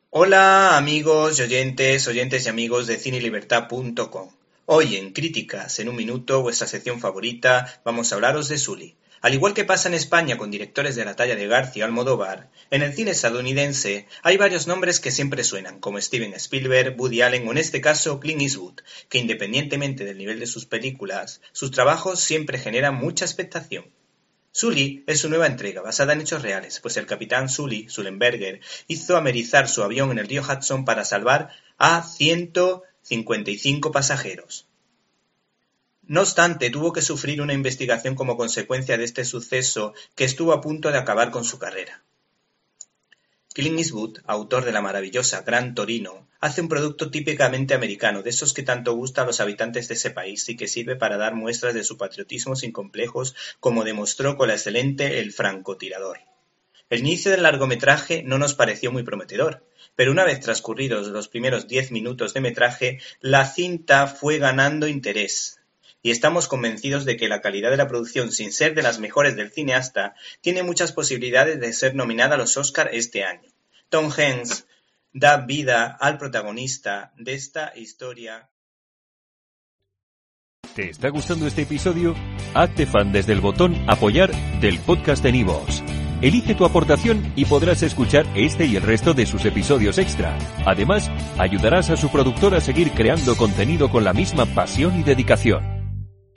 Hola amigos y oyentes y amigos de cinelibertad.com. Hoy en Críticas en un Minuto, vuestra sección favorita, vamos a hablaros de Sully. Al igual que pasa en España con directores de la talla de García o Almodóvar, en el cine estadounidense hay varios nombres que siempre suenan, como Steven Spielberg, Woody Allen o en este caso Clint Eastwood, que independientemente del nivel de sus películas, sus trabajos siempre generan mucha expectación. Sully es su nueva entrega, basada en hechos reales, pues el capitán Sullenberger, hizo amerizar su avión en el río Hudson para salvar a 155 pasajeros. No obstante, tuvo que sufrir una investigación como consecuencia de este suceso que estuvo a punto de acabar con su carrera. Clint Eastwood, autor de la maravillosa Gran Torino, hace un producto típicamente americano, de esos que tanto gusta a los habitantes de ese país y que sirve para dar muestras de su patriotismo sin complejos, como demostró con la excelente El francotirador. El inicio del largometraje no nos pareció muy prometedor, pero una vez transcurridos los primeros 10 minutos de metraje, la cinta fue ganando interés. Y estamos convencidos de que la calidad de la producción, sin ser de las mejores del cineasta, tiene muchas posibilidades de ser nominada a los Oscar este año. Tom Hanks da vida al protagonista de esta historia. ¿Te está gustando este episodio? Hazte fan desde el botón Apoyar del podcast de Nivos. Elige tu aportación y podrás escuchar este y el resto de sus episodios extra. Además, ayudarás a su productor a seguir creando contenido con la misma pasión y dedicación.